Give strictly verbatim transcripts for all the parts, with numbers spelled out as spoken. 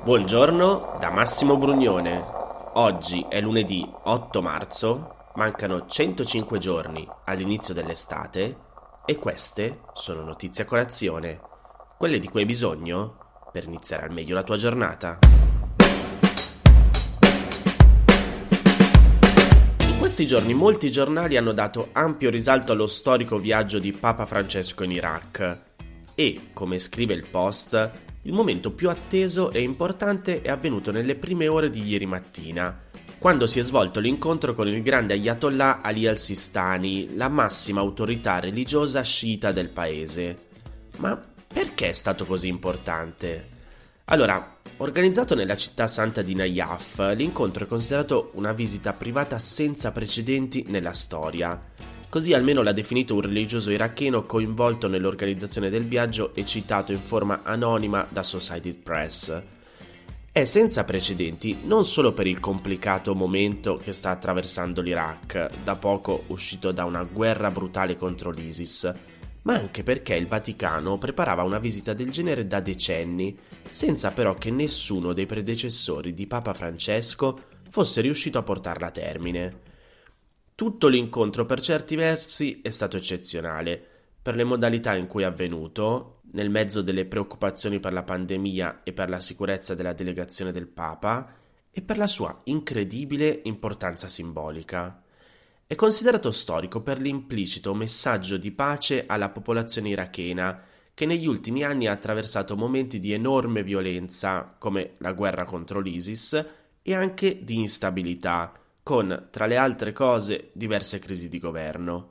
Buongiorno da Massimo Brugnone. Oggi è lunedì otto marzo, mancano centocinque giorni all'inizio dell'estate e queste sono notizie a colazione, quelle di cui hai bisogno per iniziare al meglio la tua giornata. In questi giorni molti giornali hanno dato ampio risalto allo storico viaggio di Papa Francesco in Iraq e, come scrive il Post, il momento più atteso e importante è avvenuto nelle prime ore di ieri mattina, quando si è svolto l'incontro con il grande Ayatollah Ali al-Sistani, la massima autorità religiosa sciita del paese. Ma perché è stato così importante? Allora, organizzato nella città santa di Najaf, l'incontro è considerato una visita privata senza precedenti nella storia. Così almeno l'ha definito un religioso iracheno coinvolto nell'organizzazione del viaggio e citato in forma anonima da Associated Press. È senza precedenti non solo per il complicato momento che sta attraversando l'Iraq, da poco uscito da una guerra brutale contro l'ISIS, ma anche perché il Vaticano preparava una visita del genere da decenni, senza però che nessuno dei predecessori di Papa Francesco fosse riuscito a portarla a termine. Tutto l'incontro per certi versi è stato eccezionale, per le modalità in cui è avvenuto, nel mezzo delle preoccupazioni per la pandemia e per la sicurezza della delegazione del Papa, e per la sua incredibile importanza simbolica. È considerato storico per l'implicito messaggio di pace alla popolazione irachena, che negli ultimi anni ha attraversato momenti di enorme violenza, come la guerra contro l'ISIS, e anche di instabilità, con, tra le altre cose, diverse crisi di governo.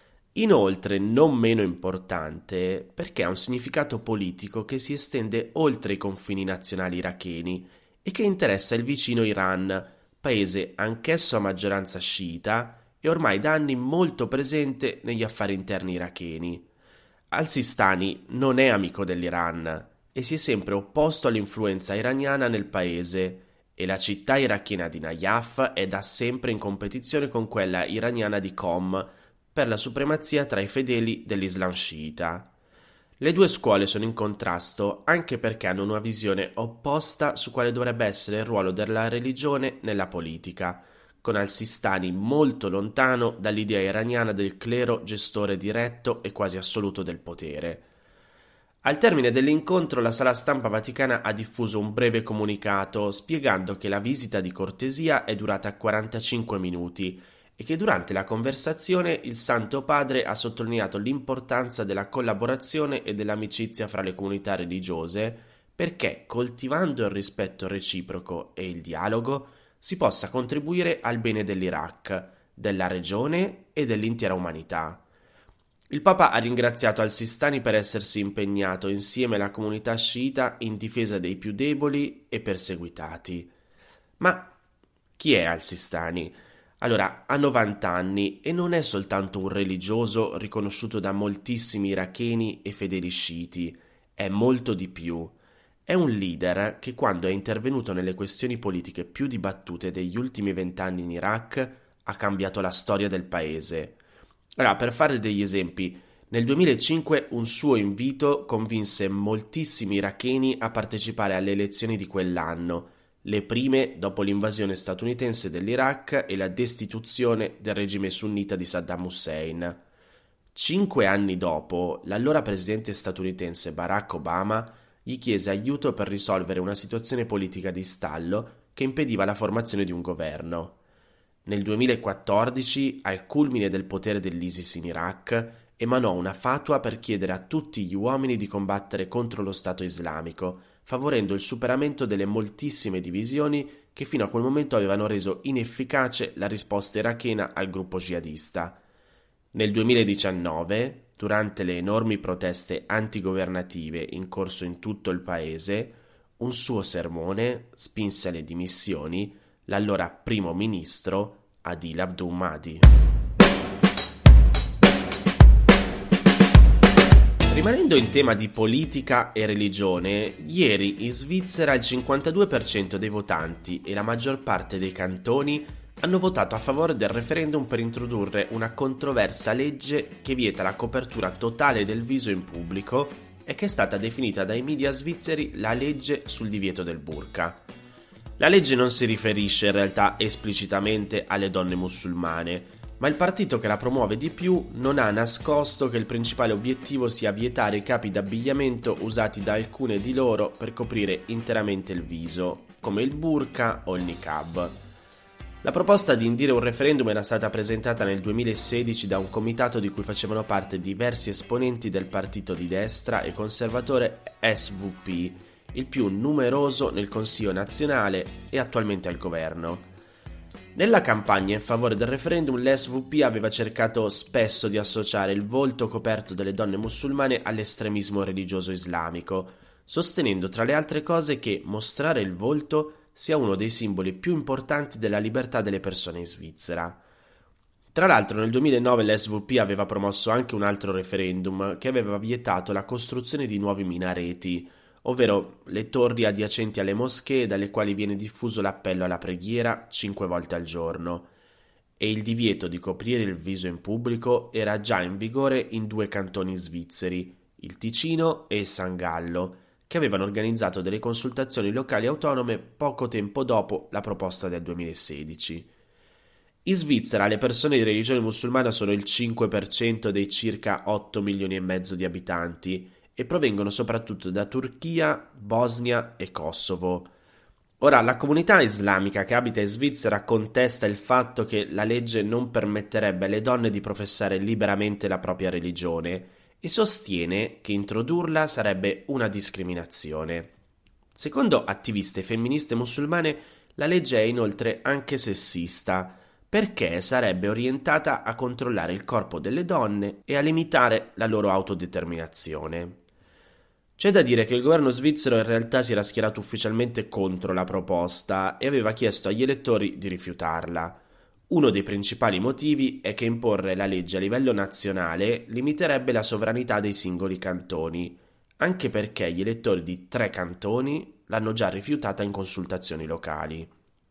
Inoltre, non meno importante, perché ha un significato politico che si estende oltre i confini nazionali iracheni e che interessa il vicino Iran, paese anch'esso a maggioranza sciita e ormai da anni molto presente negli affari interni iracheni. Al-Sistani non è amico dell'Iran e si è sempre opposto all'influenza iraniana nel paese, e la città irachena di Najaf è da sempre in competizione con quella iraniana di Qom per la supremazia tra i fedeli dell'Islam sciita. Le due scuole sono in contrasto anche perché hanno una visione opposta su quale dovrebbe essere il ruolo della religione nella politica, con al-Sistani molto lontano dall'idea iraniana del clero gestore diretto e quasi assoluto del potere. Al termine dell'incontro la sala stampa vaticana ha diffuso un breve comunicato spiegando che la visita di cortesia è durata quarantacinque minuti e che durante la conversazione il Santo Padre ha sottolineato l'importanza della collaborazione e dell'amicizia fra le comunità religiose perché, coltivando il rispetto reciproco e il dialogo, si possa contribuire al bene dell'Iraq, della regione e dell'intera umanità. Il Papa ha ringraziato al-Sistani per essersi impegnato insieme alla comunità sciita in difesa dei più deboli e perseguitati. Ma chi è al-Sistani? Allora, ha novanta anni e non è soltanto un religioso riconosciuto da moltissimi iracheni e fedeli sciiti, è molto di più. È un leader che quando è intervenuto nelle questioni politiche più dibattute degli ultimi vent'anni in Iraq ha cambiato la storia del paese. Allora, per fare degli esempi, nel duemilacinque un suo invito convinse moltissimi iracheni a partecipare alle elezioni di quell'anno, le prime dopo l'invasione statunitense dell'Iraq e la destituzione del regime sunnita di Saddam Hussein. Cinque anni dopo, l'allora presidente statunitense Barack Obama gli chiese aiuto per risolvere una situazione politica di stallo che impediva la formazione di un governo. Nel duemilaquattordici, al culmine del potere dell'ISIS in Iraq, emanò una fatua per chiedere a tutti gli uomini di combattere contro lo Stato islamico, favorendo il superamento delle moltissime divisioni che fino a quel momento avevano reso inefficace la risposta irachena al gruppo jihadista. Nel duemiladiciannove, durante le enormi proteste antigovernative in corso in tutto il paese, un suo sermone spinse alle dimissioni l'allora primo ministro Adil Abdul Mahdi. Rimanendo in tema di politica e religione, ieri in Svizzera il cinquantadue per cento dei votanti e la maggior parte dei cantoni hanno votato a favore del referendum per introdurre una controversa legge che vieta la copertura totale del viso in pubblico è che è stata definita dai media svizzeri la legge sul divieto del burqa. La legge non si riferisce in realtà esplicitamente alle donne musulmane, ma il partito che la promuove di più non ha nascosto che il principale obiettivo sia vietare i capi d'abbigliamento usati da alcune di loro per coprire interamente il viso, come il burqa o il niqab. La proposta di indire un referendum era stata presentata nel duemilasedici da un comitato di cui facevano parte diversi esponenti del partito di destra e conservatore S V P, il più numeroso nel Consiglio nazionale e attualmente al governo. Nella campagna in favore del referendum l'S V P aveva cercato spesso di associare il volto coperto delle donne musulmane all'estremismo religioso islamico, sostenendo tra le altre cose che mostrare il volto sia uno dei simboli più importanti della libertà delle persone in Svizzera. Tra l'altro nel duemilanove l'S V P aveva promosso anche un altro referendum che aveva vietato la costruzione di nuovi minareti, ovvero le torri adiacenti alle moschee dalle quali viene diffuso l'appello alla preghiera cinque volte al giorno, e il divieto di coprire il viso in pubblico era già in vigore in due cantoni svizzeri, il Ticino e il San Gallo, che avevano organizzato delle consultazioni locali autonome poco tempo dopo la proposta del duemilasedici. In Svizzera le persone di religione musulmana sono il cinque per cento dei circa otto milioni e mezzo di abitanti, e provengono soprattutto da Turchia, Bosnia e Kosovo. Ora, la comunità islamica che abita in Svizzera contesta il fatto che la legge non permetterebbe alle donne di professare liberamente la propria religione e sostiene che introdurla sarebbe una discriminazione. Secondo attiviste femministe musulmane, la legge è inoltre anche sessista, perché sarebbe orientata a controllare il corpo delle donne e a limitare la loro autodeterminazione. C'è da dire che il governo svizzero in realtà si era schierato ufficialmente contro la proposta e aveva chiesto agli elettori di rifiutarla. Uno dei principali motivi è che imporre la legge a livello nazionale limiterebbe la sovranità dei singoli cantoni, anche perché gli elettori di tre cantoni l'hanno già rifiutata in consultazioni locali.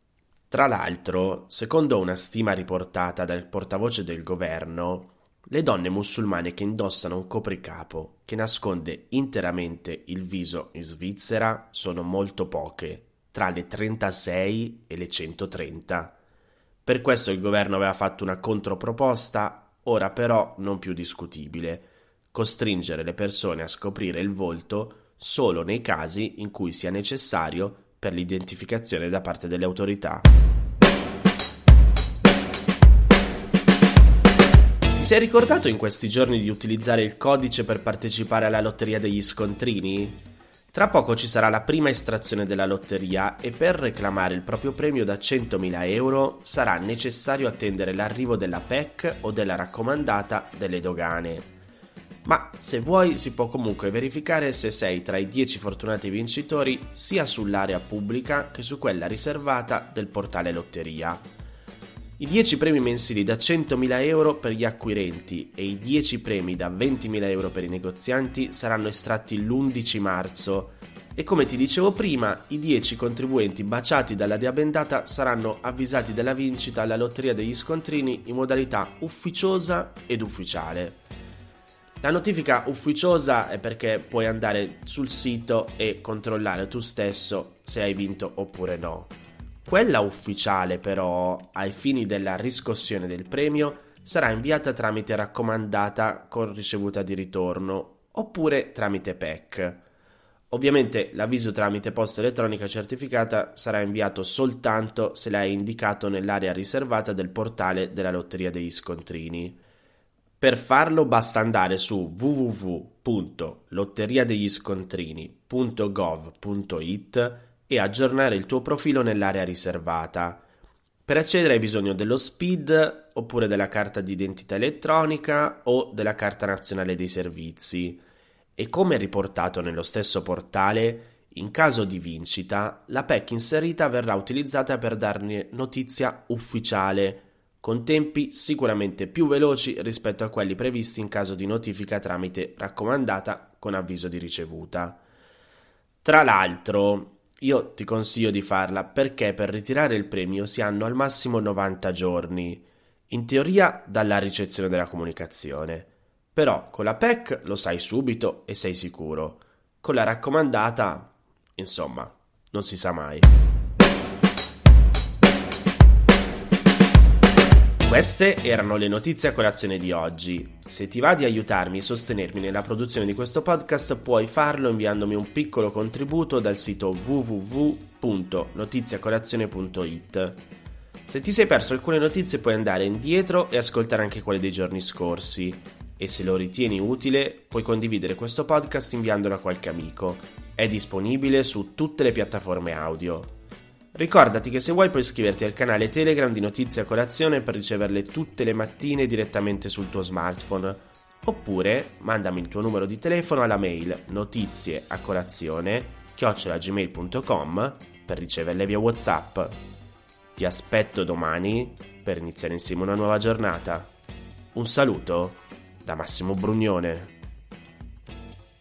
Tra l'altro, secondo una stima riportata dal portavoce del governo, le donne musulmane che indossano un copricapo che nasconde interamente il viso in Svizzera sono molto poche, tra le trentasei e le centotrenta. Per questo il governo aveva fatto una controproposta, ora però non più discutibile: costringere le persone a scoprire il volto solo nei casi in cui sia necessario per l'identificazione da parte delle autorità. Ti sei ricordato in questi giorni di utilizzare il codice per partecipare alla lotteria degli scontrini? Tra poco ci sarà la prima estrazione della lotteria e per reclamare il proprio premio da centomila euro sarà necessario attendere l'arrivo della P E C o della raccomandata delle dogane. Ma se vuoi si può comunque verificare se sei tra i dieci fortunati vincitori sia sull'area pubblica che su quella riservata del portale lotteria. I dieci premi mensili da centomila euro per gli acquirenti e i dieci premi da ventimila euro per i negozianti saranno estratti l'undici marzo e, come ti dicevo prima, i dieci contribuenti baciati dalla dea bendata saranno avvisati della vincita alla lotteria degli scontrini in modalità ufficiosa ed ufficiale. La notifica ufficiosa è perché puoi andare sul sito e controllare tu stesso se hai vinto oppure no. Quella ufficiale però, ai fini della riscossione del premio, sarà inviata tramite raccomandata con ricevuta di ritorno oppure tramite P E C. Ovviamente l'avviso tramite posta elettronica certificata sarà inviato soltanto se l'hai indicato nell'area riservata del portale della lotteria degli scontrini. Per farlo basta andare su w w w punto lotteria degli scontrini punto gov punto it e aggiornare il tuo profilo nell'area riservata. Per accedere hai bisogno dello S P I D oppure della carta d'identità elettronica o della carta nazionale dei servizi. E come riportato nello stesso portale, in caso di vincita, la P E C inserita verrà utilizzata per darne notizia ufficiale, con tempi sicuramente più veloci rispetto a quelli previsti in caso di notifica tramite raccomandata con avviso di ricevuta. Tra l'altro, io ti consiglio di farla perché per ritirare il premio si hanno al massimo novanta giorni, in teoria dalla ricezione della comunicazione. Però con la P E C lo sai subito e sei sicuro. Con la raccomandata, insomma, non si sa mai. Queste erano le notizie a colazione di oggi. Se ti va di aiutarmi e sostenermi nella produzione di questo podcast, puoi farlo inviandomi un piccolo contributo dal sito w w w punto notiziacolazione punto i t. Se ti sei perso alcune notizie puoi andare indietro e ascoltare anche quelle dei giorni scorsi. E se lo ritieni utile, puoi condividere questo podcast inviandolo a qualche amico. È disponibile su tutte le piattaforme audio. Ricordati che se vuoi puoi iscriverti al canale Telegram di Notizie a Colazione per riceverle tutte le mattine direttamente sul tuo smartphone. Oppure mandami il tuo numero di telefono alla mail notizieacolazione chiocciola gmail punto com per riceverle via WhatsApp. Ti aspetto domani per iniziare insieme una nuova giornata. Un saluto da Massimo Brugnone.